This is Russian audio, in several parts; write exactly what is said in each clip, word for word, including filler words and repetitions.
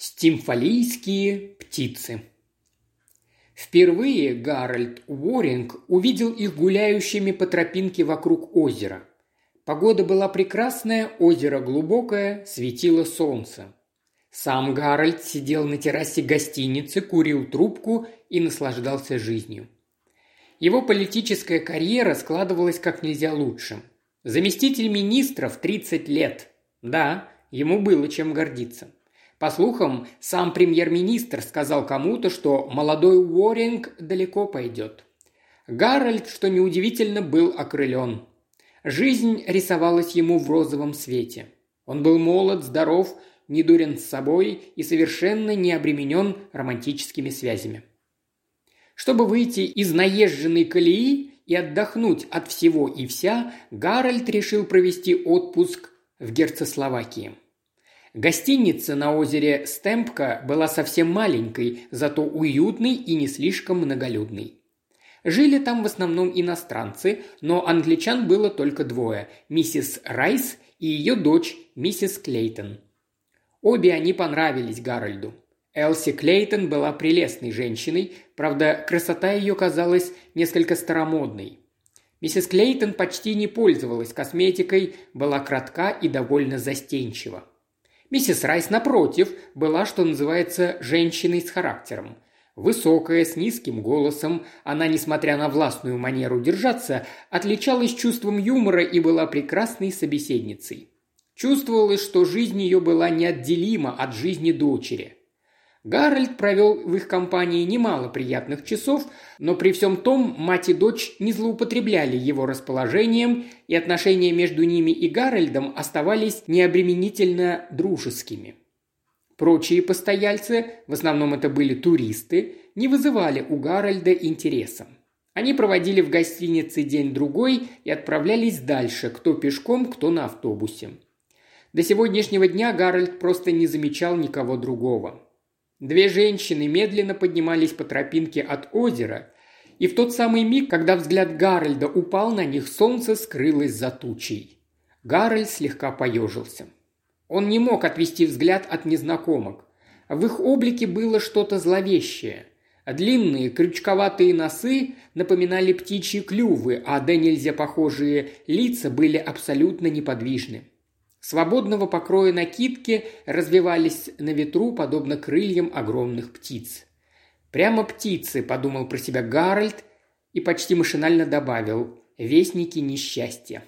Стимфалийские птицы. Впервые Гарольд Уоринг увидел их гуляющими по тропинке вокруг озера. Погода была прекрасная, озеро глубокое, светило солнце. Сам Гарольд сидел на террасе гостиницы, курил трубку и наслаждался жизнью. Его политическая карьера складывалась как нельзя лучше. Заместитель министра в тридцать лет. Да, ему было чем гордиться. По слухам, сам премьер-министр сказал кому-то, что молодой Уоринг далеко пойдет. Гарольд, что неудивительно, был окрылен. Жизнь рисовалась ему в розовом свете. Он был молод, здоров, недурен с собой и совершенно не обременен романтическими связями. Чтобы выйти из наезженной колеи и отдохнуть от всего и вся, Гарольд решил провести отпуск в Герцесловакии. Гостиница на озере Стемпка была совсем маленькой, зато уютной и не слишком многолюдной. Жили там в основном иностранцы, но англичан было только двое – миссис Райс и ее дочь, миссис Клейтон. Обе они понравились Гарольду. Элси Клейтон была прелестной женщиной, правда, красота ее казалась несколько старомодной. Миссис Клейтон почти не пользовалась косметикой, была кратка и довольно застенчива. Миссис Райс, напротив, была, что называется, женщиной с характером. Высокая, с низким голосом, она, несмотря на властную манеру держаться, отличалась чувством юмора и была прекрасной собеседницей. Чувствовалось, что жизнь ее была неотделима от жизни дочери. Гарольд провел в их компании немало приятных часов, но при всем том мать и дочь не злоупотребляли его расположением, и отношения между ними и Гарольдом оставались необременительно дружескими. Прочие постояльцы, в основном это были туристы, не вызывали у Гарольда интереса. Они проводили в гостинице день-другой и отправлялись дальше, кто пешком, кто на автобусе. До сегодняшнего дня Гарольд просто не замечал никого другого. Две женщины медленно поднимались по тропинке от озера, и в тот самый миг, когда взгляд Гарольда упал на них, солнце скрылось за тучей. Гарольд слегка поежился. Он не мог отвести взгляд от незнакомок. В их облике было что-то зловещее. Длинные крючковатые носы напоминали птичьи клювы, а да нельзя похожие лица были абсолютно неподвижны. Свободного покроя накидки развивались на ветру, подобно крыльям огромных птиц. «Прямо птицы», – подумал про себя Гарольд и почти машинально добавил – «вестники несчастья».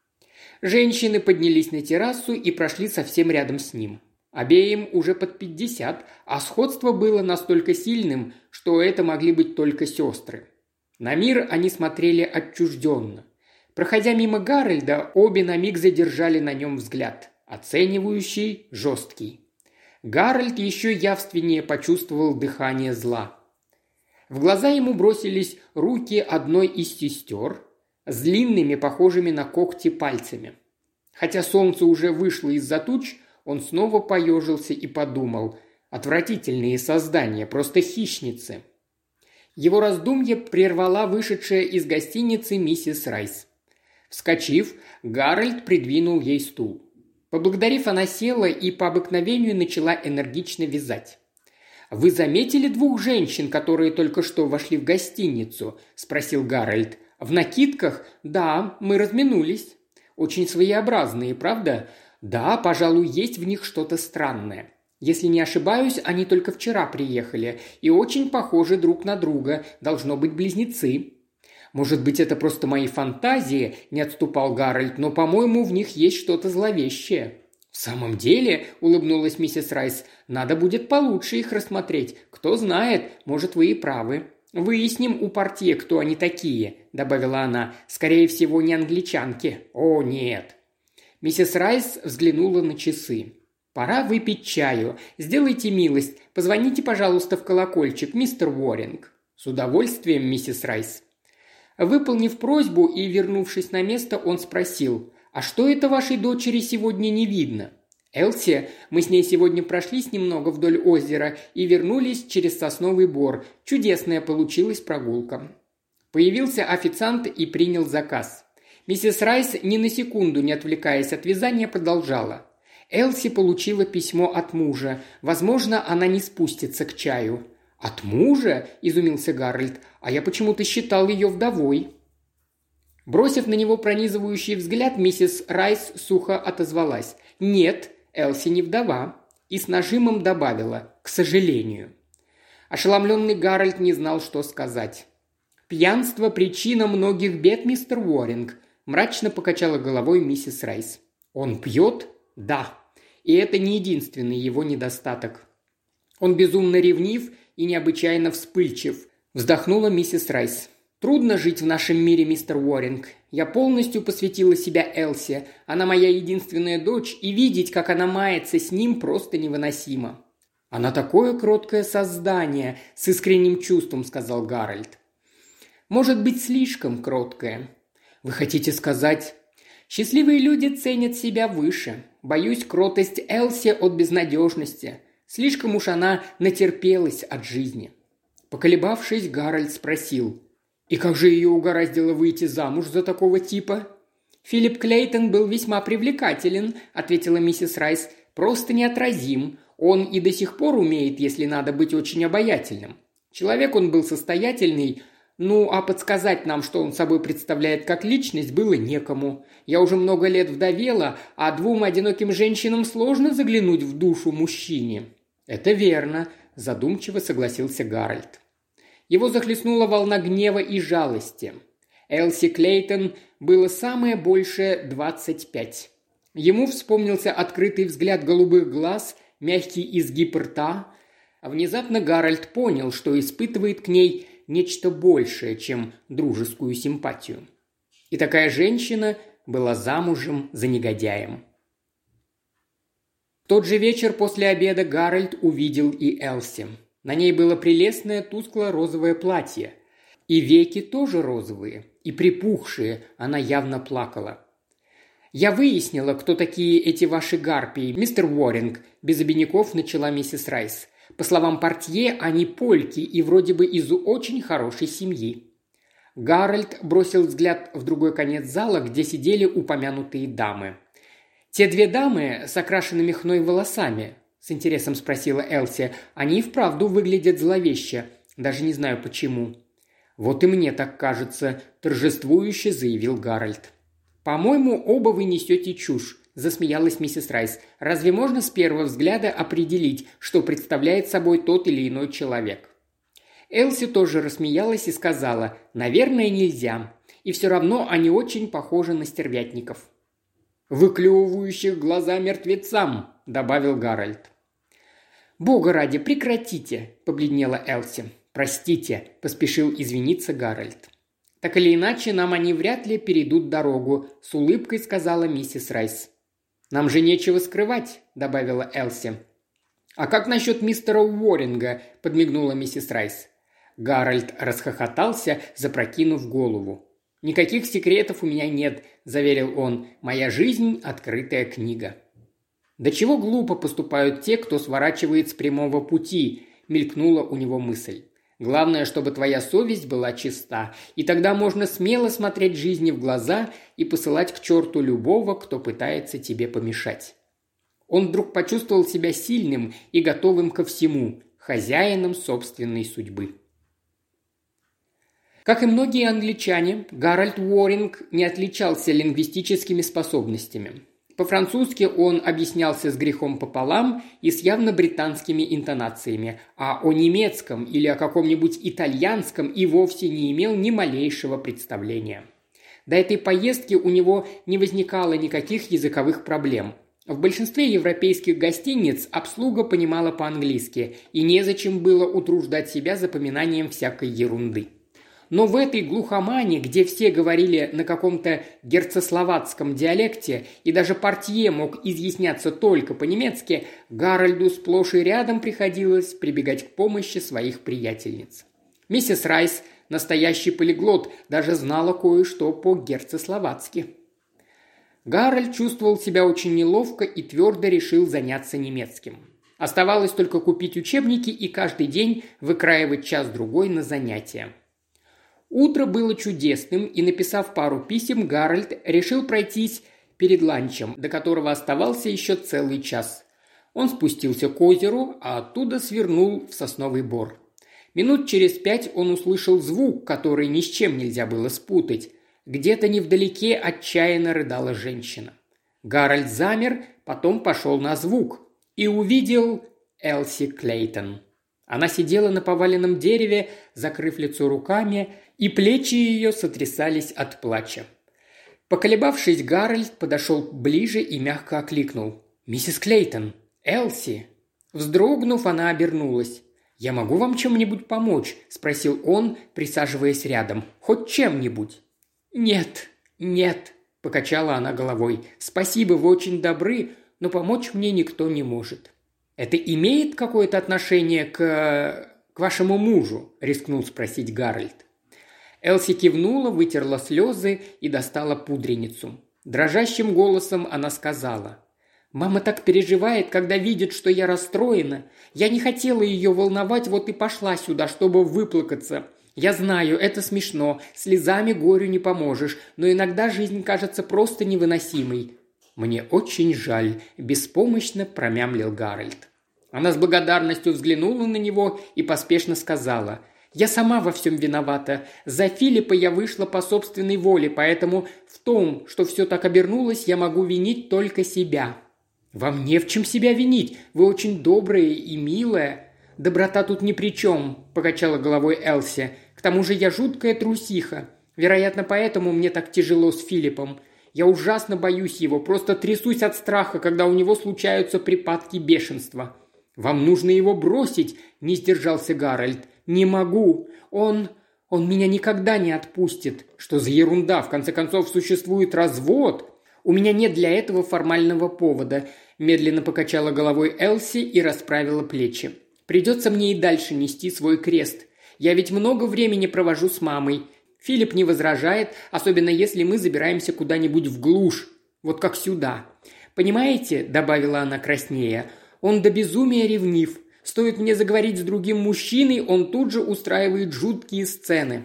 Женщины поднялись на террасу и прошли совсем рядом с ним. Обеим уже под пятьдесят, а сходство было настолько сильным, что это могли быть только сестры. На мир они смотрели отчужденно. Проходя мимо Гарольда, обе на миг задержали на нем взгляд. Оценивающий, жесткий. Гарольд еще явственнее почувствовал дыхание зла. В глаза ему бросились руки одной из сестер с длинными, похожими на когти пальцами. Хотя солнце уже вышло из-за туч, он снова поежился и подумал: отвратительные создания, просто хищницы. Его раздумье прервала вышедшая из гостиницы миссис Райс. Вскочив, Гарольд придвинул ей стул. Поблагодарив, она села и по обыкновению начала энергично вязать. «Вы заметили двух женщин, которые только что вошли в гостиницу?» – спросил Гарольд. «В накидках? Да, мы разминулись. Очень своеобразные, правда? Да, пожалуй, есть в них что-то странное. Если не ошибаюсь, они только вчера приехали и очень похожи друг на друга, должно быть близнецы». «Может быть, это просто мои фантазии?» – не отступал Гарольд, «но, по-моему, в них есть что-то зловещее». «В самом деле», – улыбнулась миссис Райс, – «надо будет получше их рассмотреть. Кто знает, может, вы и правы». «Выясним у портье, кто они такие», – добавила она. «Скорее всего, не англичанки». «О, нет». Миссис Райс взглянула на часы. «Пора выпить чаю. Сделайте милость. Позвоните, пожалуйста, в колокольчик, мистер Уоринг». «С удовольствием, миссис Райс». Выполнив просьбу и вернувшись на место, он спросил: «А что это вашей дочери сегодня не видно?» «Элси, мы с ней сегодня прошлись немного вдоль озера и вернулись через сосновый бор. Чудесная получилась прогулка». Появился официант и принял заказ. Миссис Райс, ни на секунду не отвлекаясь от вязания, продолжала: Элси получила письмо от мужа. Возможно, она не спустится к чаю. «От мужа?» – изумился Гарольд. «А я почему-то считал ее вдовой». Бросив на него пронизывающий взгляд, миссис Райс сухо отозвалась. «Нет, Элси не вдова». И с нажимом добавила «к сожалению». Ошеломленный Гарольд не знал, что сказать. «Пьянство – причина многих бед, мистер Уоринг», – мрачно покачала головой миссис Райс. «Он пьет? Да. И это не единственный его недостаток. Он безумно ревнив и необычайно вспыльчив», – вздохнула миссис Райс. «Трудно жить в нашем мире, мистер Уоринг. Я полностью посвятила себя Элси. Она моя единственная дочь, и видеть, как она мается с ним, просто невыносимо». «Она такое кроткое создание», – с искренним чувством сказал Гарольд. «Может быть, слишком кроткое. Вы хотите сказать...» «Счастливые люди ценят себя выше. Боюсь, кротость Элси от безнадежности. Слишком уж она натерпелась от жизни». Поколебавшись, Гарольд спросил: «И как же ее угораздило выйти замуж за такого типа?» «Филипп Клейтон был весьма привлекателен», – ответила миссис Райс. «Просто неотразим. Он и до сих пор умеет, если надо, быть очень обаятельным. Человек он был состоятельный, ну, а подсказать нам, что он собой представляет как личность, было некому. Я уже много лет вдовела, а двум одиноким женщинам сложно заглянуть в душу мужчине». «Это верно», – задумчиво согласился Гарольд. Его захлестнула волна гнева и жалости. Элси Клейтон было самое большее двадцать пять. Ему вспомнился открытый взгляд голубых глаз, мягкий изгиб рта. А внезапно Гарольд понял, что испытывает к ней нечто большее, чем дружескую симпатию. И такая женщина была замужем за негодяем. В тот же вечер после обеда Гарольд увидел и Элси. На ней было прелестное тускло-розовое платье. И веки тоже розовые, и припухшие, она явно плакала. «Я выяснила, кто такие эти ваши гарпии, мистер Уоринг», – без обиняков начала миссис Райс. «По словам портье, они польки и вроде бы из очень хорошей семьи». Гарольд бросил взгляд в другой конец зала, где сидели упомянутые дамы. «Те две дамы с окрашенными хной волосами», – с интересом спросила Элси. «Они вправду выглядят зловеще. Даже не знаю почему». «Вот и мне так кажется», – торжествующе заявил Гарольд. «По-моему, оба вы несете чушь», – засмеялась миссис Райс. «Разве можно с первого взгляда определить, что представляет собой тот или иной человек?» Элси тоже рассмеялась и сказала: «Наверное, нельзя. И все равно они очень похожи на стервятников». «Выклевывающих глаза мертвецам», – добавил Гарольд. «Бога ради, прекратите», – побледнела Элси. «Простите», – поспешил извиниться Гарольд. «Так или иначе, нам они вряд ли перейдут дорогу», – с улыбкой сказала миссис Райс. «Нам же нечего скрывать», – добавила Элси. «А как насчет мистера Уоринга?» – подмигнула миссис Райс. Гарольд расхохотался, запрокинув голову. «Никаких секретов у меня нет», – заверил он. «Моя жизнь – открытая книга». «Да чего глупо поступают те, кто сворачивает с прямого пути», – мелькнула у него мысль. «Главное, чтобы твоя совесть была чиста, и тогда можно смело смотреть жизни в глаза и посылать к черту любого, кто пытается тебе помешать». Он вдруг почувствовал себя сильным и готовым ко всему, хозяином собственной судьбы. Как и многие англичане, Гарольд Уоринг не отличался лингвистическими способностями. По-французски он объяснялся с грехом пополам и с явно британскими интонациями, а о немецком или о каком-нибудь итальянском и вовсе не имел ни малейшего представления. До этой поездки у него не возникало никаких языковых проблем. В большинстве европейских гостиниц обслуга понимала по-английски, и незачем было утруждать себя запоминанием всякой ерунды. Но в этой глухомане, где все говорили на каком-то герцесловацком диалекте, и даже портье мог изъясняться только по-немецки, Гарольду сплошь и рядом приходилось прибегать к помощи своих приятельниц. Миссис Райс, настоящий полиглот, даже знала кое-что по-герцесловацки. Гарольд чувствовал себя очень неловко и твердо решил заняться немецким. Оставалось только купить учебники и каждый день выкраивать час-другой на занятия. Утро было чудесным, и, написав пару писем, Гарольд решил пройтись перед ланчем, до которого оставался еще целый час. Он спустился к озеру, а оттуда свернул в сосновый бор. Минут через пять он услышал звук, который ни с чем нельзя было спутать. Где-то невдалеке отчаянно рыдала женщина. Гарольд замер, потом пошел на звук и увидел Элси Клейтон. Она сидела на поваленном дереве, закрыв лицо руками, и плечи ее сотрясались от плача. Поколебавшись, Гарольд подошел ближе и мягко окликнул: «Миссис Клейтон! Элси!» Вздрогнув, она обернулась. «Я могу вам чем-нибудь помочь?» – спросил он, присаживаясь рядом. «Хоть чем-нибудь?» «Нет, нет», – покачала она головой. «Спасибо, вы очень добры, но помочь мне никто не может». «Это имеет какое-то отношение к... к вашему мужу?» – рискнул спросить Гарольд. Элси кивнула, вытерла слезы и достала пудреницу. Дрожащим голосом она сказала: «Мама так переживает, когда видит, что я расстроена. Я не хотела ее волновать, вот и пошла сюда, чтобы выплакаться. Я знаю, это смешно, слезами горю не поможешь, но иногда жизнь кажется просто невыносимой». «Мне очень жаль», – беспомощно промямлил Гарольд. Она с благодарностью взглянула на него и поспешно сказала: «Я сама во всем виновата. За Филиппа я вышла по собственной воле, поэтому в том, что все так обернулось, я могу винить только себя». «Вам не в чем себя винить. Вы очень добрая и милая». «Доброта тут ни при чем», – покачала головой Элси. «К тому же я жуткая трусиха. Вероятно, поэтому мне так тяжело с Филиппом. Я ужасно боюсь его, просто трясусь от страха, когда у него случаются припадки бешенства». «Вам нужно его бросить», – не сдержался Гарольд. «Не могу. Он... он меня никогда не отпустит». «Что за ерунда? В конце концов, существует развод». «У меня нет для этого формального повода», – медленно покачала головой Элси и расправила плечи. «Придется мне и дальше нести свой крест. Я ведь много времени провожу с мамой. Филипп не возражает, особенно если мы забираемся куда-нибудь в глушь, вот как сюда. Понимаете», – добавила она краснея, – «он до безумия ревнив. Стоит мне заговорить с другим мужчиной, он тут же устраивает жуткие сцены».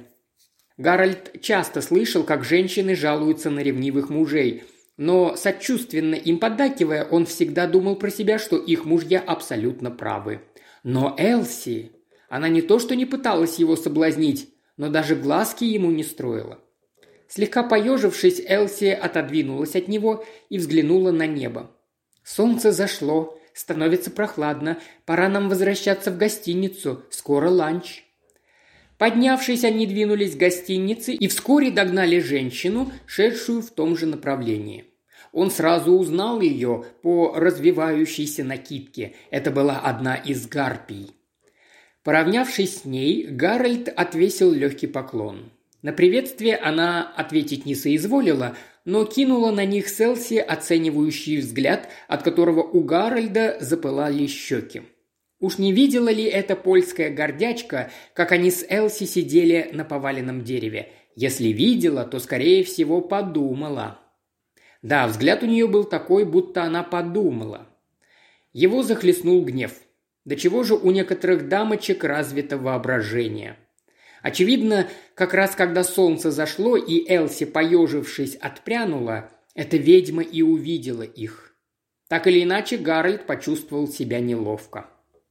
Гарольд часто слышал, как женщины жалуются на ревнивых мужей, но, сочувственно им поддакивая, он всегда думал про себя, что их мужья абсолютно правы. Но Элси... Она не то что не пыталась его соблазнить, но даже глазки ему не строила. Слегка поежившись, Элси отодвинулась от него и взглянула на небо. «Солнце зашло, становится прохладно, пора нам возвращаться в гостиницу, скоро ланч». Поднявшись, они двинулись к гостинице и вскоре догнали женщину, шедшую в том же направлении. Он сразу узнал ее по развивающейся накидке. Это была одна из гарпий. Поравнявшись с ней, Гарольд отвесил легкий поклон. На приветствие она ответить не соизволила, но кинула на них с Элси оценивающий взгляд, от которого у Гарольда запылали щеки. Уж не видела ли эта польская гордячка, как они с Элси сидели на поваленном дереве? Если видела, то, скорее всего, подумала. Да, взгляд у нее был такой, будто она подумала. Его захлестнул гнев. До чего же у некоторых дамочек развито воображение? Очевидно, как раз когда солнце зашло и Элси, поежившись, отпрянула, эта ведьма и увидела их. Так или иначе, Гарольд почувствовал себя неловко.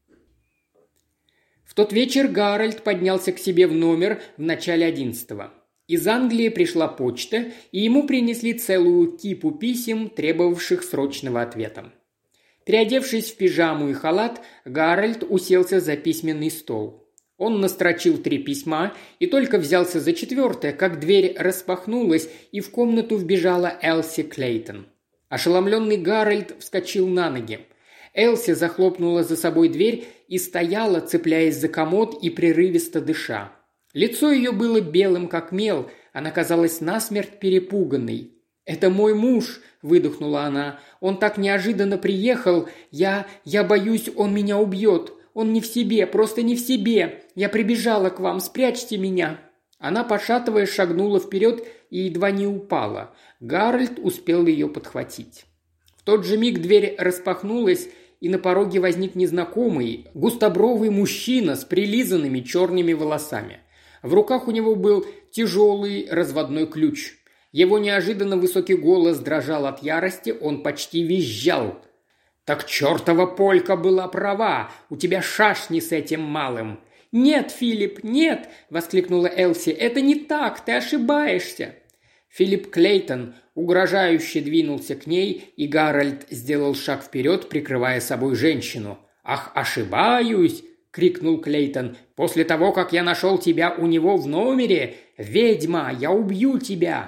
В тот вечер Гарольд поднялся к себе в номер в начале одиннадцатого. Из Англии пришла почта, и ему принесли целую кипу писем, требовавших срочного ответа. Переодевшись в пижаму и халат, Гарольд уселся за письменный стол. Он настрочил три письма и только взялся за четвертое, как дверь распахнулась, и в комнату вбежала Элси Клейтон. Ошеломленный Гарольд вскочил на ноги. Элси захлопнула за собой дверь и стояла, цепляясь за комод и прерывисто дыша. Лицо ее было белым, как мел, она казалась насмерть перепуганной. «Это мой муж», – выдохнула она. «Он так неожиданно приехал. Я... я боюсь, он меня убьет. Он не в себе, просто не в себе. Я прибежала к вам, спрячьте меня». Она, пошатываясь, шагнула вперед и едва не упала. Гарольд успел ее подхватить. В тот же миг дверь распахнулась, и на пороге возник незнакомый, густобровый мужчина с прилизанными черными волосами. В руках у него был тяжелый разводной ключ. Его неожиданно высокий голос дрожал от ярости, он почти визжал. «Так чертова полька была права, у тебя шашни с этим малым!» «Нет, Филипп, нет!» – воскликнула Элси. «Это не так, ты ошибаешься!» Филипп Клейтон угрожающе двинулся к ней, и Гарольд сделал шаг вперед, прикрывая собой женщину. «Ах, ошибаюсь!» – крикнул Клейтон. «После того, как я нашел тебя у него в номере, ведьма, я убью тебя!»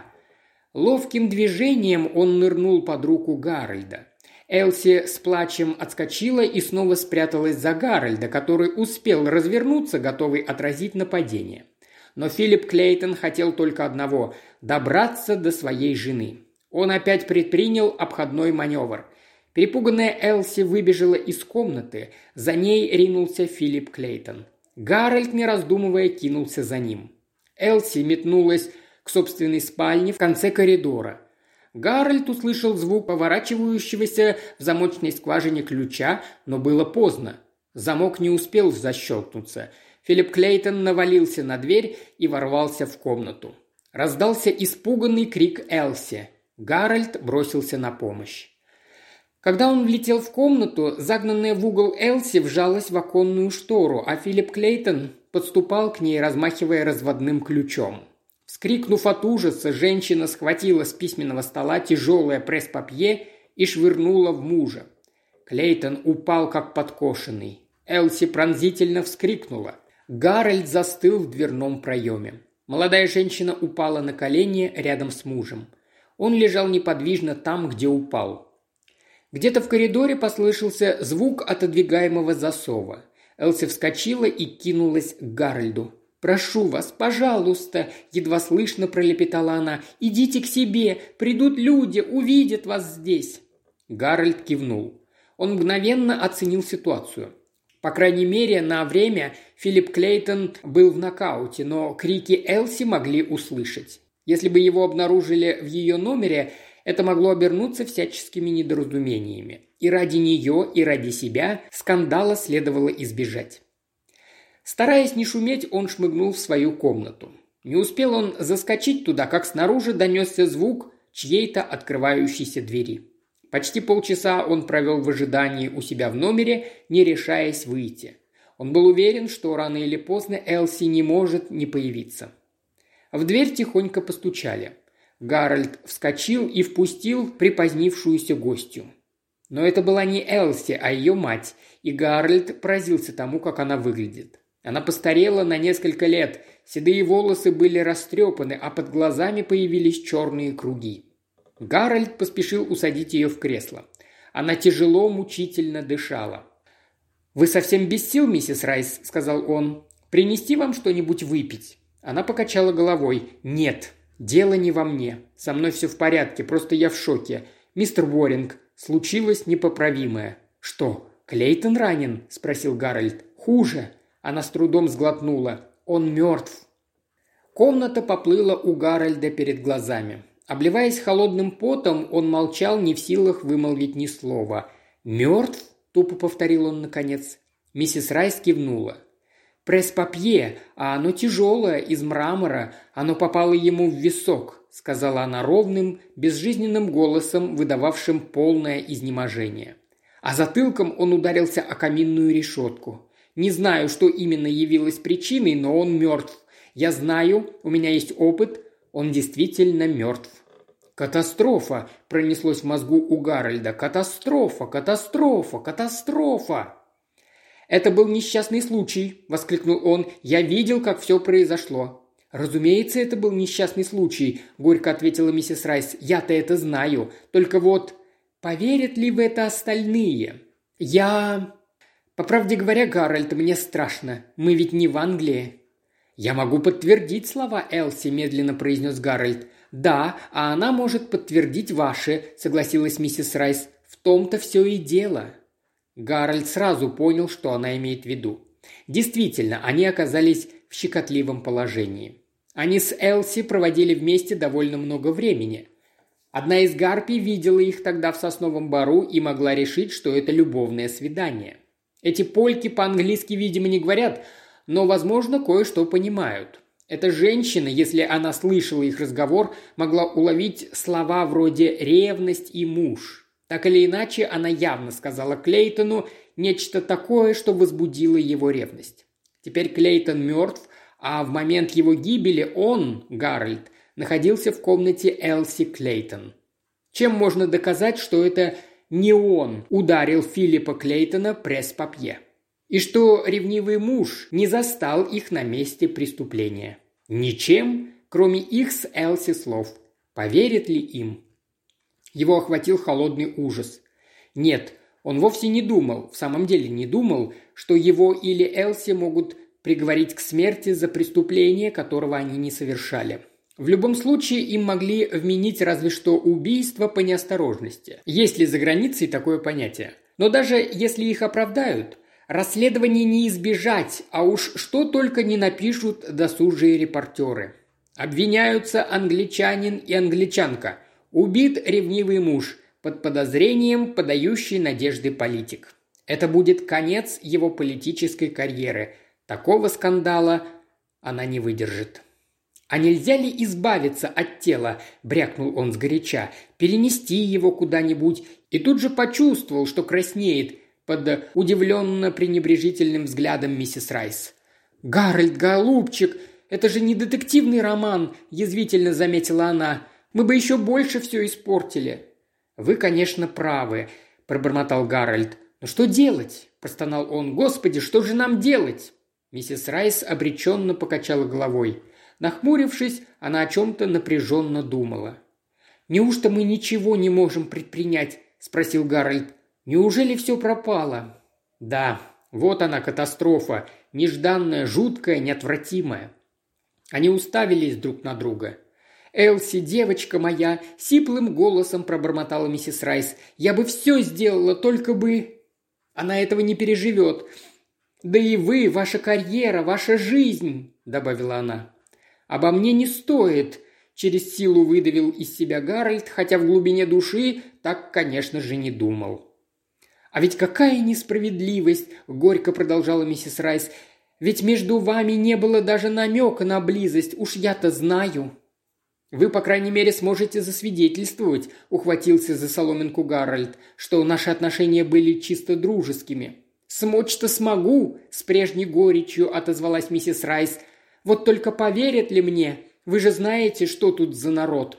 Ловким движением он нырнул под руку Гарольда. Элси с плачем отскочила и снова спряталась за Гарольда, который успел развернуться, готовый отразить нападение. Но Филипп Клейтон хотел только одного – добраться до своей жены. Он опять предпринял обходной маневр. Перепуганная Элси выбежала из комнаты, за ней ринулся Филипп Клейтон. Гарольд, не раздумывая, кинулся за ним. Элси метнулась к собственной спальне в конце коридора. Гарольд услышал звук поворачивающегося в замочной скважине ключа, но было поздно. Замок не успел защелкнуться. Филипп Клейтон навалился на дверь и ворвался в комнату. Раздался испуганный крик Элси. Гарольд бросился на помощь. Когда он влетел в комнату, загнанная в угол Элси вжалась в оконную штору, а Филипп Клейтон подступал к ней, размахивая разводным ключом. Вскрикнув от ужаса, женщина схватила с письменного стола тяжелое пресс-папье и швырнула в мужа. Клейтон упал как подкошенный. Элси пронзительно вскрикнула. Гарольд застыл в дверном проеме. Молодая женщина упала на колени рядом с мужем. Он лежал неподвижно там, где упал. Где-то в коридоре послышался звук отодвигаемого засова. Элси вскочила и кинулась к Гарольду. «Прошу вас, пожалуйста!» – едва слышно пролепетала она. «Идите к себе! Придут люди, увидят вас здесь!» Гарольд кивнул. Он мгновенно оценил ситуацию. По крайней мере, на время Филипп Клейтон был в нокауте, но крики Элси могли услышать. Если бы его обнаружили в ее номере, это могло обернуться всяческими недоразумениями. И ради нее, и ради себя скандала следовало избежать. Стараясь не шуметь, он шмыгнул в свою комнату. Не успел он заскочить туда, как снаружи донесся звук чьей-то открывающейся двери. Почти полчаса он провел в ожидании у себя в номере, не решаясь выйти. Он был уверен, что рано или поздно Элси не может не появиться. В дверь тихонько постучали. Гарольд вскочил и впустил припозднившуюся гостью. Но это была не Элси, а ее мать, и Гарольд поразился тому, как она выглядит. Она постарела на несколько лет, седые волосы были растрепаны, а под глазами появились черные круги. Гарольд поспешил усадить ее в кресло. Она тяжело, мучительно дышала. «Вы совсем без сил, миссис Райс», – сказал он. «Принести вам что-нибудь выпить?» Она покачала головой. «Нет, дело не во мне. Со мной все в порядке, просто я в шоке. Мистер Уоринг, случилось непоправимое». «Что, Клейтон ранен?» – спросил Гарольд. «Хуже». Она с трудом сглотнула. «Он мертв». Комната поплыла у Гарольда перед глазами. Обливаясь холодным потом, он молчал, не в силах вымолвить ни слова. «Мертв?» – тупо повторил он наконец. Миссис Райс кивнула. «Пресс-папье, а оно тяжелое, из мрамора, оно попало ему в висок», – сказала она ровным, безжизненным голосом, выдававшим полное изнеможение. А затылком он ударился о каминную решетку. «Не знаю, что именно явилось причиной, но он мертв. Я знаю, у меня есть опыт, он действительно мертв». «Катастрофа!» – пронеслось в мозгу у Гарольда. «Катастрофа! Катастрофа! Катастрофа!» «Это был несчастный случай!» – воскликнул он. «Я видел, как все произошло». «Разумеется, это был несчастный случай», – горько ответила миссис Райс. «Я-то это знаю. Только вот, поверят ли в это остальные? Я... По правде говоря, Гарольд, мне страшно. Мы ведь не в Англии». «Я могу подтвердить слова Элси», – медленно произнес Гарольд. «Да, а она может подтвердить ваши», – согласилась миссис Райс. «В том-то все и дело». Гарольд сразу понял, что она имеет в виду. Действительно, они оказались в щекотливом положении. Они с Элси проводили вместе довольно много времени. Одна из гарпий видела их тогда в сосновом бору и могла решить, что это любовное свидание. Эти польки по-английски, видимо, не говорят, но, возможно, кое-что понимают. Эта женщина, если она слышала их разговор, могла уловить слова вроде «ревность» и «муж». Так или иначе, она явно сказала Клейтону нечто такое, что возбудило его ревность. Теперь Клейтон мертв, а в момент его гибели он, Гарольд, находился в комнате Элси Клейтон. Чем можно доказать, что это не он ударил Филиппа Клейтона пресс-папье? И что ревнивый муж не застал их на месте преступления? Ничем, кроме их с Элси слов. Поверят ли им? Его охватил холодный ужас. Нет, он вовсе не думал, в самом деле не думал, что его или Элси могут приговорить к смерти за преступление, которого они не совершали. В любом случае им могли вменить разве что убийство по неосторожности. Есть ли за границей такое понятие? Но даже если их оправдают, расследование не избежать, а уж что только не напишут досужие репортеры. Обвиняются англичанин и англичанка. Убит ревнивый муж, под подозрением подающий надежды политик. Это будет конец его политической карьеры. Такого скандала она не выдержит. «А нельзя ли избавиться от тела?» – брякнул он сгоряча. «Перенести его куда-нибудь?» И тут же почувствовал, что краснеет под удивленно-пренебрежительным взглядом миссис Райс. «Гарольд, голубчик, это же не детективный роман!» – язвительно заметила она. «Мы бы еще больше все испортили». «Вы, конечно, правы», – пробормотал Гарольд. «Но что делать?» – простонал он. «Господи, что же нам делать?» Миссис Райс обреченно покачала головой. Нахмурившись, она о чем-то напряженно думала. «Неужто мы ничего не можем предпринять?» – спросил Гарольд. «Неужели все пропало?» «Да, вот она катастрофа, нежданная, жуткая, неотвратимая». Они уставились друг на друга. «Элси, девочка моя!» – сиплым голосом пробормотала миссис Райс. «Я бы все сделала, только бы...» «Она этого не переживет. Да и вы, ваша карьера, ваша жизнь!» – добавила она. «Обо мне не стоит», – через силу выдавил из себя Гарольд, хотя в глубине души так, конечно же, не думал. «А ведь какая несправедливость!» – горько продолжала миссис Райс. «Ведь между вами не было даже намека на близость, уж я-то знаю». «Вы, по крайней мере, сможете засвидетельствовать», – ухватился за соломинку Гарольд, «что наши отношения были чисто дружескими». «Смочь-то смогу», – с прежней горечью отозвалась миссис Райс. «Вот только поверят ли мне? Вы же знаете, что тут за народ».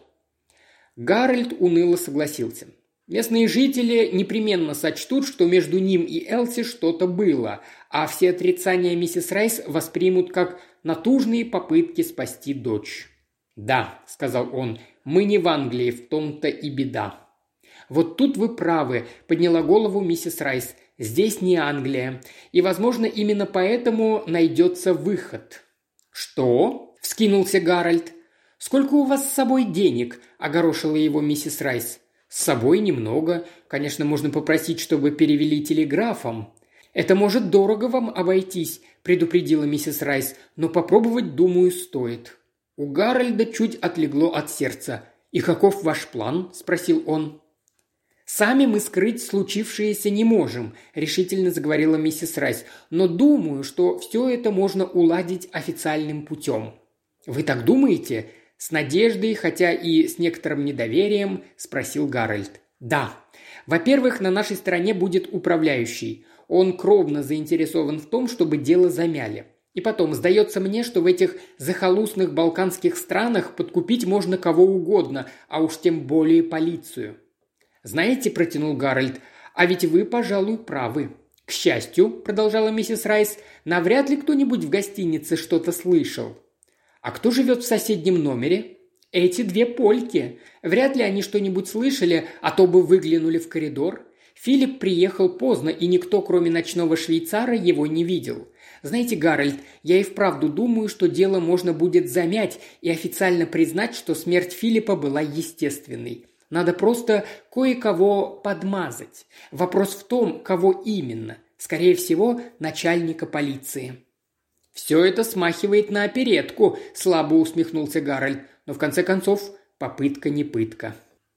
Гарольд уныло согласился. Местные жители непременно сочтут, что между ним и Элси что-то было, а все отрицания миссис Райс воспримут как натужные попытки спасти дочь. «Да», – сказал он, – «мы не в Англии, в том-то и беда». «Вот тут вы правы», – подняла голову миссис Райс. «Здесь не Англия, и, возможно, именно поэтому найдется выход». «Что?» – вскинулся Гарольд. «Сколько у вас с собой денег?» – огорошила его миссис Райс. «С собой немного. Конечно, можно попросить, чтобы перевели телеграфом». «Это может дорого вам обойтись», – предупредила миссис Райс, «но попробовать, думаю, стоит». У Гарольда чуть отлегло от сердца. «И каков ваш план?» – спросил он. «Сами мы скрыть случившееся не можем», – решительно заговорила миссис Райс. «Но думаю, что все это можно уладить официальным путем». «Вы так думаете?» – с надеждой, хотя и с некоторым недоверием, спросил Гарольд. «Да. Во-первых, на нашей стороне будет управляющий. Он кровно заинтересован в том, чтобы дело замяли. И потом, сдается мне, что в этих захолустных балканских странах подкупить можно кого угодно, а уж тем более полицию». «Знаете», – протянул Гарольд, – «а ведь вы, пожалуй, правы». «К счастью», – продолжала миссис Райс, – «навряд ли кто-нибудь в гостинице что-то слышал». «А кто живет в соседнем номере?» «Эти две польки. Вряд ли они что-нибудь слышали, а то бы выглянули в коридор. Филипп приехал поздно, и никто, кроме ночного швейцара, его не видел. Знаете, Гарольд, я и вправду думаю, что дело можно будет замять и официально признать, что смерть Филиппа была естественной. Надо просто кое-кого подмазать. Вопрос в том, кого именно. Скорее всего, начальника полиции». «Все это смахивает на оперетку», – слабо усмехнулся Гарольд. «Но в конце концов, попытка не пытка».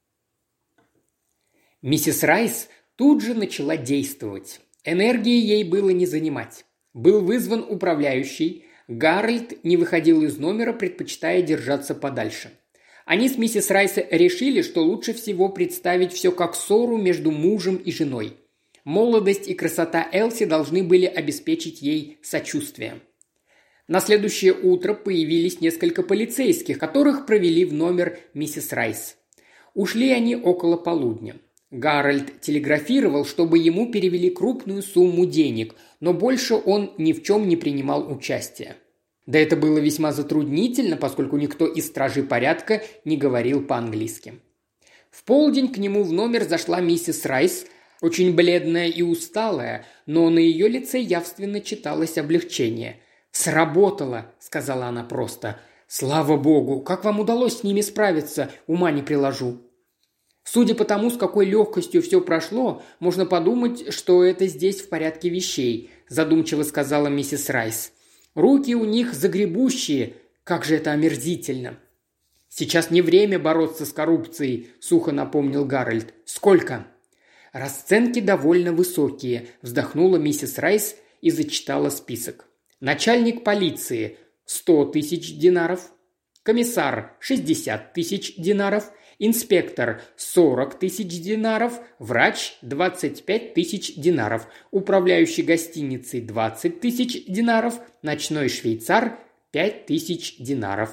Миссис Райс тут же начала действовать. Энергии ей было не занимать. Был вызван управляющий. Гарольд не выходил из номера, предпочитая держаться подальше. Они с миссис Райс решили, что лучше всего представить все как ссору между мужем и женой. Молодость и красота Элси должны были обеспечить ей сочувствие. На следующее утро появились несколько полицейских, которых провели в номер миссис Райс. Ушли они около полудня. Гарольд телеграфировал, чтобы ему перевели крупную сумму денег, но больше он ни в чем не принимал участия. Да это было весьма затруднительно, поскольку никто из стражей порядка не говорил по-английски. В полдень к нему в номер зашла миссис Райс, очень бледная и усталая, но на ее лице явственно читалось облегчение. «Сработало», — сказала она просто. «Слава богу, как вам удалось с ними справиться, ума не приложу». Судя по тому, с какой легкостью все прошло, можно подумать, что это здесь в порядке вещей, задумчиво сказала миссис Райс. Руки у них загребущие, как же это омерзительно. Сейчас не время бороться с коррупцией, сухо напомнил Гарольд. Сколько? Расценки довольно высокие, вздохнула миссис Райс и зачитала список. Начальник полиции – сто тысяч динаров, комиссар – шестьдесят тысяч динаров, инспектор – сорок тысяч динаров, врач – двадцать пять тысяч динаров, управляющий гостиницей – двадцать тысяч динаров, ночной швейцар – пять тысяч динаров.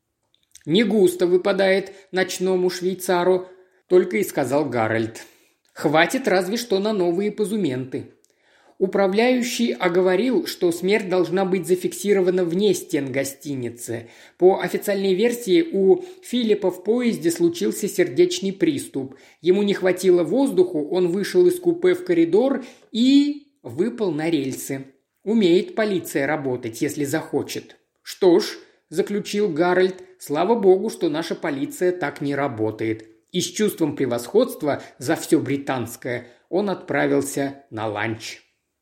«Не густо выпадает ночному швейцару», – только и сказал Гарольд. «Хватит разве что на новые позументы». Управляющий оговорил, что смерть должна быть зафиксирована вне стен гостиницы. По официальной версии, у Филиппа в поезде случился сердечный приступ. Ему не хватило воздуху, он вышел из купе в коридор и выпал на рельсы. Умеет полиция работать, если захочет. «Что ж», – заключил Гарольд, – «слава богу, что наша полиция так не работает». И с чувством превосходства за все британское он отправился на ланч.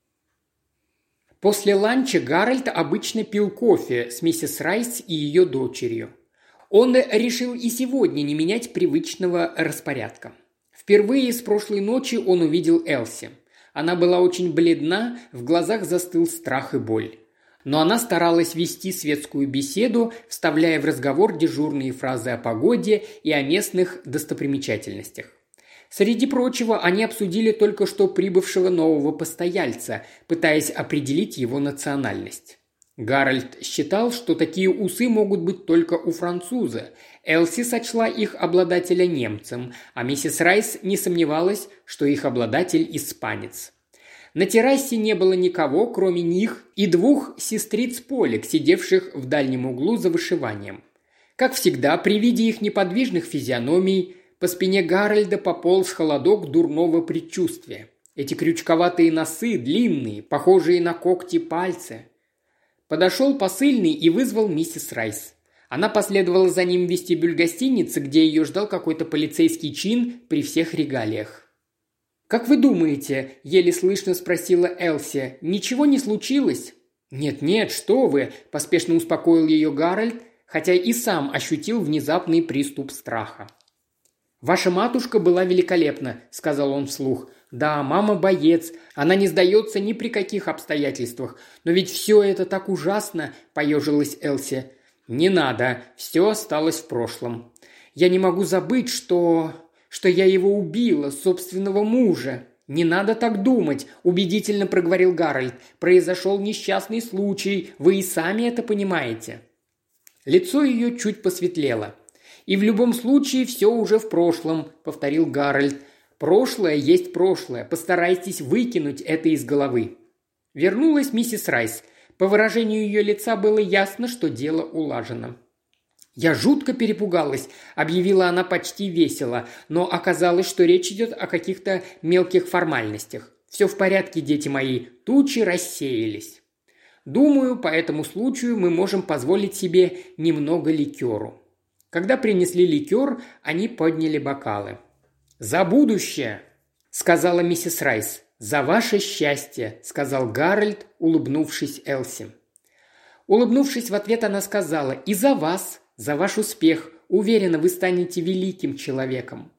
После ланча Гарольд обычно пил кофе с миссис Райс и ее дочерью. Он решил и сегодня не менять привычного распорядка. Впервые с прошлой ночи он увидел Элси. Она была очень бледна, в глазах застыл страх и боль. Но она старалась вести светскую беседу, вставляя в разговор дежурные фразы о погоде и о местных достопримечательностях. Среди прочего, они обсудили только что прибывшего нового постояльца, пытаясь определить его национальность. Гарольд считал, что такие усы могут быть только у француза. Элси сочла их обладателя немцем, а миссис Райс не сомневалась, что их обладатель испанец. На террасе не было никого, кроме них и двух сестриц Полек, сидевших в дальнем углу за вышиванием. Как всегда, при виде их неподвижных физиономий по спине Гарольда пополз холодок дурного предчувствия. Эти крючковатые носы, длинные, похожие на когти пальцы. Подошел посыльный и вызвал миссис Райс. Она последовала за ним в вестибюль гостиницы, где ее ждал какой-то полицейский чин при всех регалиях. «Как вы думаете?» – еле слышно спросила Элси. «Ничего не случилось?» «Нет-нет, что вы!» – поспешно успокоил ее Гарольд, хотя и сам ощутил внезапный приступ страха. «Ваша матушка была великолепна», – сказал он вслух. «Да, мама боец, она не сдается ни при каких обстоятельствах. Но ведь все это так ужасно», – поежилась Элси. «Не надо, все осталось в прошлом. Я не могу забыть, что... что я его убила, собственного мужа». «Не надо так думать», – убедительно проговорил Гарольд. «Произошел несчастный случай, вы и сами это понимаете». Лицо ее чуть посветлело. «И в любом случае все уже в прошлом», – повторил Гарольд. «Прошлое есть прошлое. Постарайтесь выкинуть это из головы». Вернулась миссис Райс. По выражению ее лица было ясно, что дело улажено. «Я жутко перепугалась», – объявила она почти весело, но оказалось, что речь идет о каких-то мелких формальностях. «Все в порядке, дети мои, тучи рассеялись. Думаю, по этому случаю мы можем позволить себе немного ликеру». Когда принесли ликер, они подняли бокалы. «За будущее!» – сказала миссис Райс. «За ваше счастье!» – сказал Гарольд, улыбнувшись Элси. Улыбнувшись в ответ, она сказала: «И за вас, за ваш успех. Уверена, вы станете великим человеком».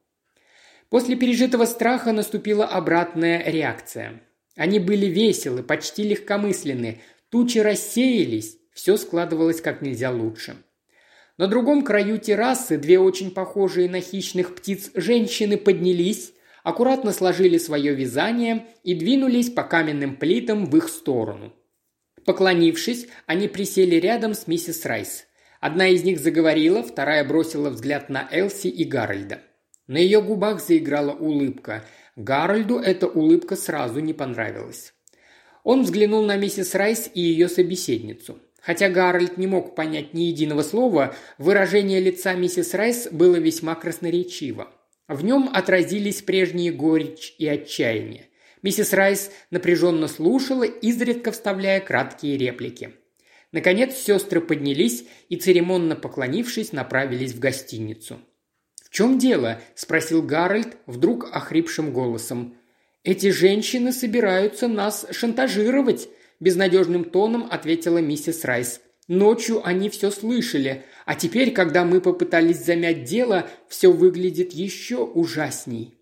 После пережитого страха наступила обратная реакция. Они были веселы, почти легкомысленны. Тучи рассеялись, Все складывалось как нельзя лучше. На другом краю террасы две очень похожие на хищных птиц женщины поднялись, аккуратно сложили свое вязание и двинулись по каменным плитам в их сторону. Поклонившись, они присели рядом с миссис Райс. Одна из них заговорила, вторая бросила взгляд на Элси и Гарольда. На ее губах заиграла улыбка. Гарольду эта улыбка сразу не понравилась. Он взглянул на миссис Райс и ее собеседницу. Хотя Гарольд не мог понять ни единого слова, выражение лица миссис Райс было весьма красноречиво. В нем отразились прежние горечь и отчаяние. Миссис Райс напряженно слушала, изредка вставляя краткие реплики. Наконец сестры поднялись и, церемонно поклонившись, направились в гостиницу. «В чем дело?» – спросил Гарольд вдруг охрипшим голосом. «Эти женщины собираются нас шантажировать», – безнадежным тоном ответила миссис Райс. «Ночью они все слышали, а теперь, когда мы попытались замять дело, все выглядит еще ужасней».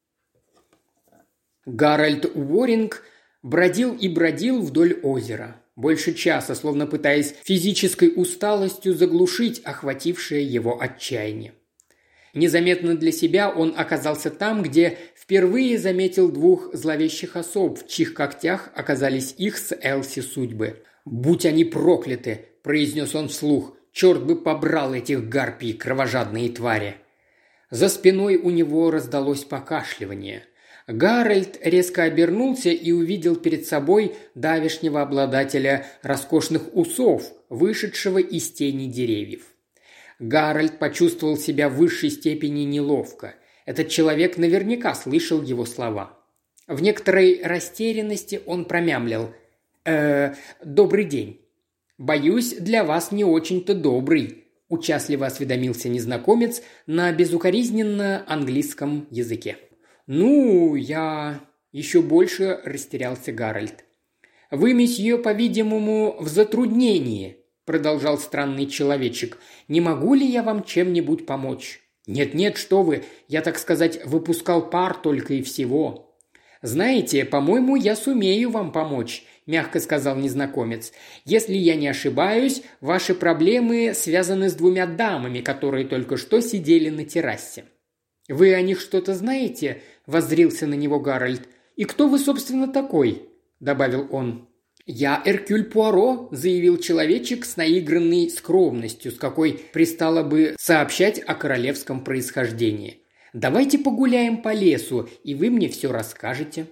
Гарольд Уоринг бродил и бродил вдоль озера. Больше часа, словно пытаясь физической усталостью заглушить охватившее его отчаяние. Незаметно для себя он оказался там, где впервые заметил двух зловещих особ, в чьих когтях оказались их с Элси судьбы. «Будь они прокляты!» – произнес он вслух. «Черт бы побрал этих гарпий, кровожадные твари!» За спиной у него раздалось покашливание. Гарольд резко обернулся и увидел перед собой давешнего обладателя роскошных усов, вышедшего из тени деревьев. Гарольд почувствовал себя в высшей степени неловко. Этот человек наверняка слышал его слова. В некоторой растерянности он промямлил: «Э, добрый день». «Боюсь, для вас не очень-то добрый», – участливо осведомился незнакомец на безукоризненно английском языке. «Ну, я...» – еще больше растерялся Гарольд. «Вы, месье, по-видимому, в затруднении», – продолжал странный человечек. «Не могу ли я вам чем-нибудь помочь?» «Нет-нет, что вы, я, так сказать, выпускал пар только и всего». «Знаете, по-моему, я сумею вам помочь», – мягко сказал незнакомец. «Если я не ошибаюсь, ваши проблемы связаны с двумя дамами, которые только что сидели на террасе». «Вы о них что-то знаете?» – воззрился на него Гарольд. «И кто вы, собственно, такой?» – добавил он. «Я Эркюль Пуаро», – заявил человечек с наигранной скромностью, с какой пристало бы сообщать о королевском происхождении. «Давайте погуляем по лесу, и вы мне все расскажете».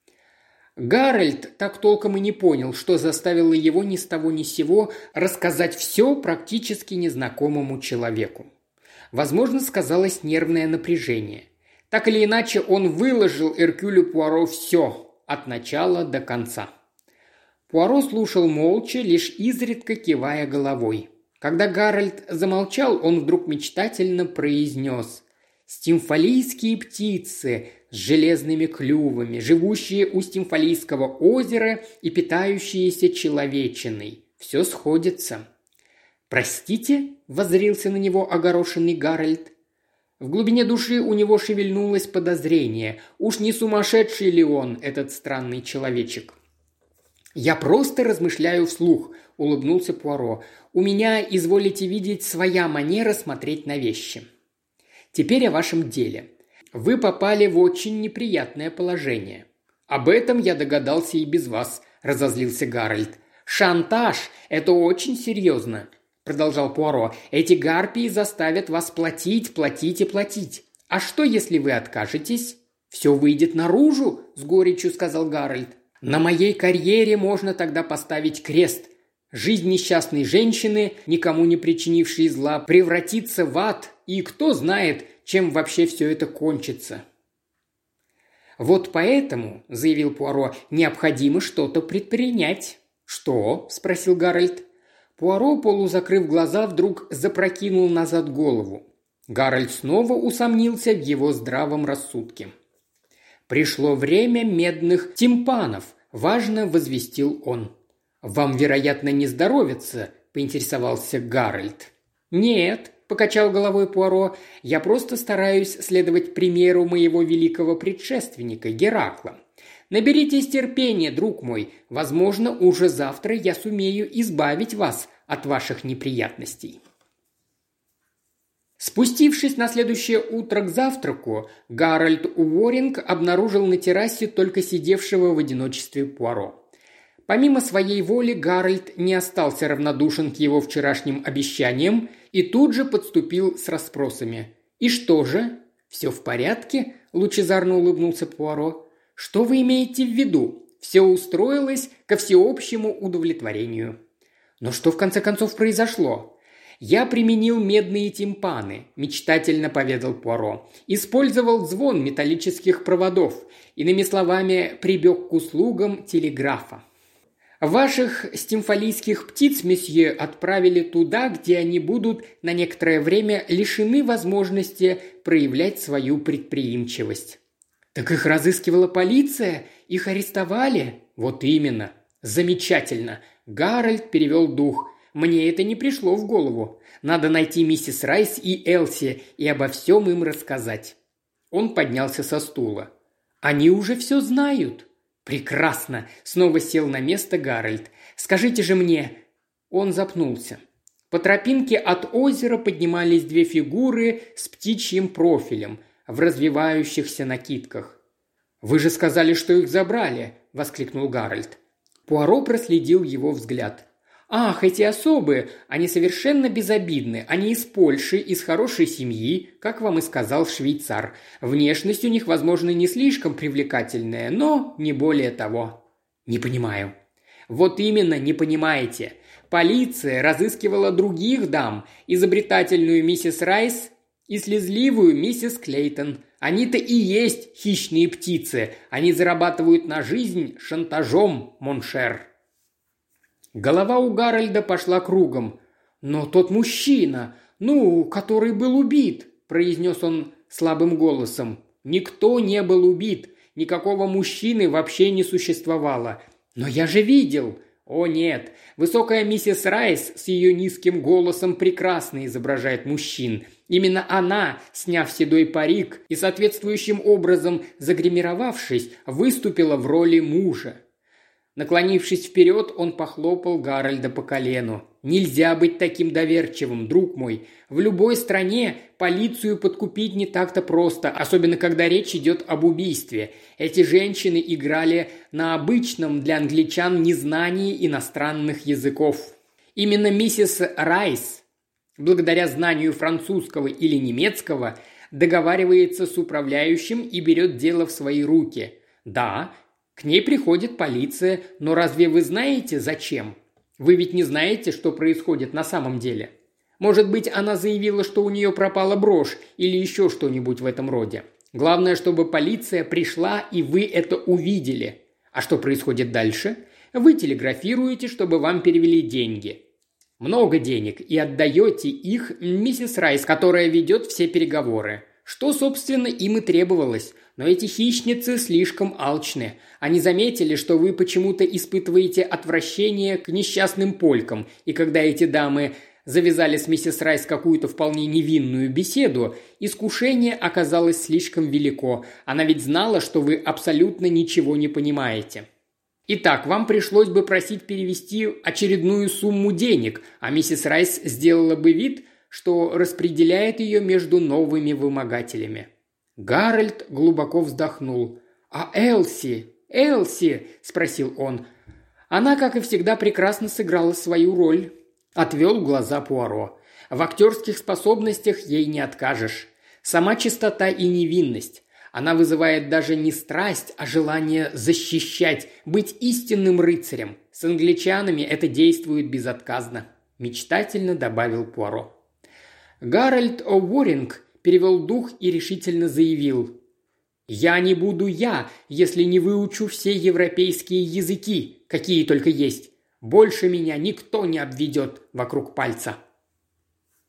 Гарольд так толком и не понял, что заставило его ни с того ни с сего рассказать все практически незнакомому человеку. Возможно, сказалось нервное напряжение. Так или иначе, он выложил Эркюлю Пуаро все, от начала до конца. Пуаро слушал молча, лишь изредка кивая головой. Когда Гарольд замолчал, он вдруг мечтательно произнес: «Стимфалийские птицы с железными клювами, живущие у Стимфалийского озера и питающиеся человечиной. Все сходится». «Простите?» – воззрился на него огорошенный Гарольд. В глубине души у него шевельнулось подозрение. Уж не сумасшедший ли он, этот странный человечек? «Я просто размышляю вслух», – улыбнулся Пуаро. «У меня, изволите видеть, своя манера смотреть на вещи. Теперь о вашем деле. Вы попали в очень неприятное положение». «Об этом я догадался и без вас», – разозлился Гарольд. «Шантаж – это очень серьезно», – продолжал Пуаро. «Эти гарпии заставят вас платить, платить и платить. А что, если вы откажетесь?» «Все выйдет наружу», – с горечью сказал Гарольд. «На моей карьере можно тогда поставить крест. Жизнь несчастной женщины, никому не причинившей зла, превратится в ад, и кто знает, чем вообще все это кончится». «Вот поэтому, – заявил Пуаро, – необходимо что-то предпринять». «Что?» – спросил Гарольд. Пуаро, полузакрыв глаза, вдруг запрокинул назад голову. Гарольд снова усомнился в его здравом рассудке. «Пришло время медных тимпанов», – важно возвестил он. «Вам, вероятно, не здоровится?» – поинтересовался Гарольд. «Нет», – покачал головой Пуаро, – «я просто стараюсь следовать примеру моего великого предшественника Геракла. Наберитесь терпения, друг мой. Возможно, уже завтра я сумею избавить вас от ваших неприятностей». Спустившись на следующее утро к завтраку, Гарольд Уоринг обнаружил на террасе только сидевшего в одиночестве Пуаро. Помимо своей воли Гарольд не остался равнодушен к его вчерашним обещаниям и тут же подступил с расспросами. «И что же? Все в порядке?» – лучезарно улыбнулся Пуаро. «Что вы имеете в виду? Все устроилось ко всеобщему удовлетворению». «Но что в конце концов произошло?» «Я применил медные тимпаны», – мечтательно поведал Пуаро. «Использовал звон металлических проводов. Иными словами, прибег к услугам телеграфа. Ваших стимфалийских птиц, месье, отправили туда, где они будут на некоторое время лишены возможности проявлять свою предприимчивость». «Так их разыскивала полиция? Их арестовали?» «Вот именно. Замечательно». Гарольд перевел дух. «Мне это не пришло в голову. Надо найти миссис Райс и Элси и обо всем им рассказать». Он поднялся со стула. «Они уже все знают». «Прекрасно!» – снова сел на место Гарольд. «Скажите же мне...» Он запнулся. По тропинке от озера поднимались две фигуры с птичьим профилем в развивающихся накидках. «Вы же сказали, что их забрали!» – воскликнул Гарольд. Пуаро проследил его взгляд. «Ах, эти особы! Они совершенно безобидны. Они из Польши, из хорошей семьи, как вам и сказал швейцар. Внешность у них, возможно, не слишком привлекательная, но не более того». «Не понимаю». «Вот именно, не понимаете. Полиция разыскивала других дам, изобретательную миссис Райс и слезливую миссис Клейтон. Они-то и есть хищные птицы. Они зарабатывают на жизнь шантажом, моншер». Голова у Гарольда пошла кругом. «Но тот мужчина, ну, который был убит», – произнес он слабым голосом. «Никто не был убит. Никакого мужчины вообще не существовало. Но я же видел». «О нет, высокая миссис Райс с ее низким голосом прекрасно изображает мужчин. Именно она, сняв седой парик и соответствующим образом загримировавшись, выступила в роли мужа». Наклонившись вперед, он похлопал Гарольда по колену. «Нельзя быть таким доверчивым, друг мой. В любой стране полицию подкупить не так-то просто, особенно когда речь идет об убийстве. Эти женщины играли на обычном для англичан незнании иностранных языков. Именно миссис Райс, благодаря знанию французского или немецкого, договаривается с управляющим и берет дело в свои руки. Да, к ней приходит полиция, но разве вы знаете, зачем? Вы ведь не знаете, что происходит на самом деле. Может быть, она заявила, что у нее пропала брошь или еще что-нибудь в этом роде. Главное, чтобы полиция пришла, и вы это увидели. А что происходит дальше? Вы телеграфируете, чтобы вам перевели деньги. Много денег, и отдаете их миссис Райс, которая ведет все переговоры. Что, собственно, им и требовалось. Но эти хищницы слишком алчны. Они заметили, что вы почему-то испытываете отвращение к несчастным полькам, и когда эти дамы завязали с миссис Райс какую-то вполне невинную беседу, искушение оказалось слишком велико. Она ведь знала, что вы абсолютно ничего не понимаете. Итак, вам пришлось бы просить перевести очередную сумму денег, а миссис Райс сделала бы вид, что распределяет ее между новыми вымогателями. Гарольд глубоко вздохнул. «А Элси? Элси?» – спросил он. «Она, как и всегда, прекрасно сыграла свою роль», – отвел глаза Пуаро. «В актерских способностях ей не откажешь. Сама чистота и невинность. Она вызывает даже не страсть, а желание защищать, быть истинным рыцарем. С англичанами это действует безотказно», – мечтательно добавил Пуаро. Гарольд О'Уоринг перевел дух и решительно заявил: «Я не буду я, если не выучу все европейские языки, какие только есть. Больше меня никто не обведет вокруг пальца».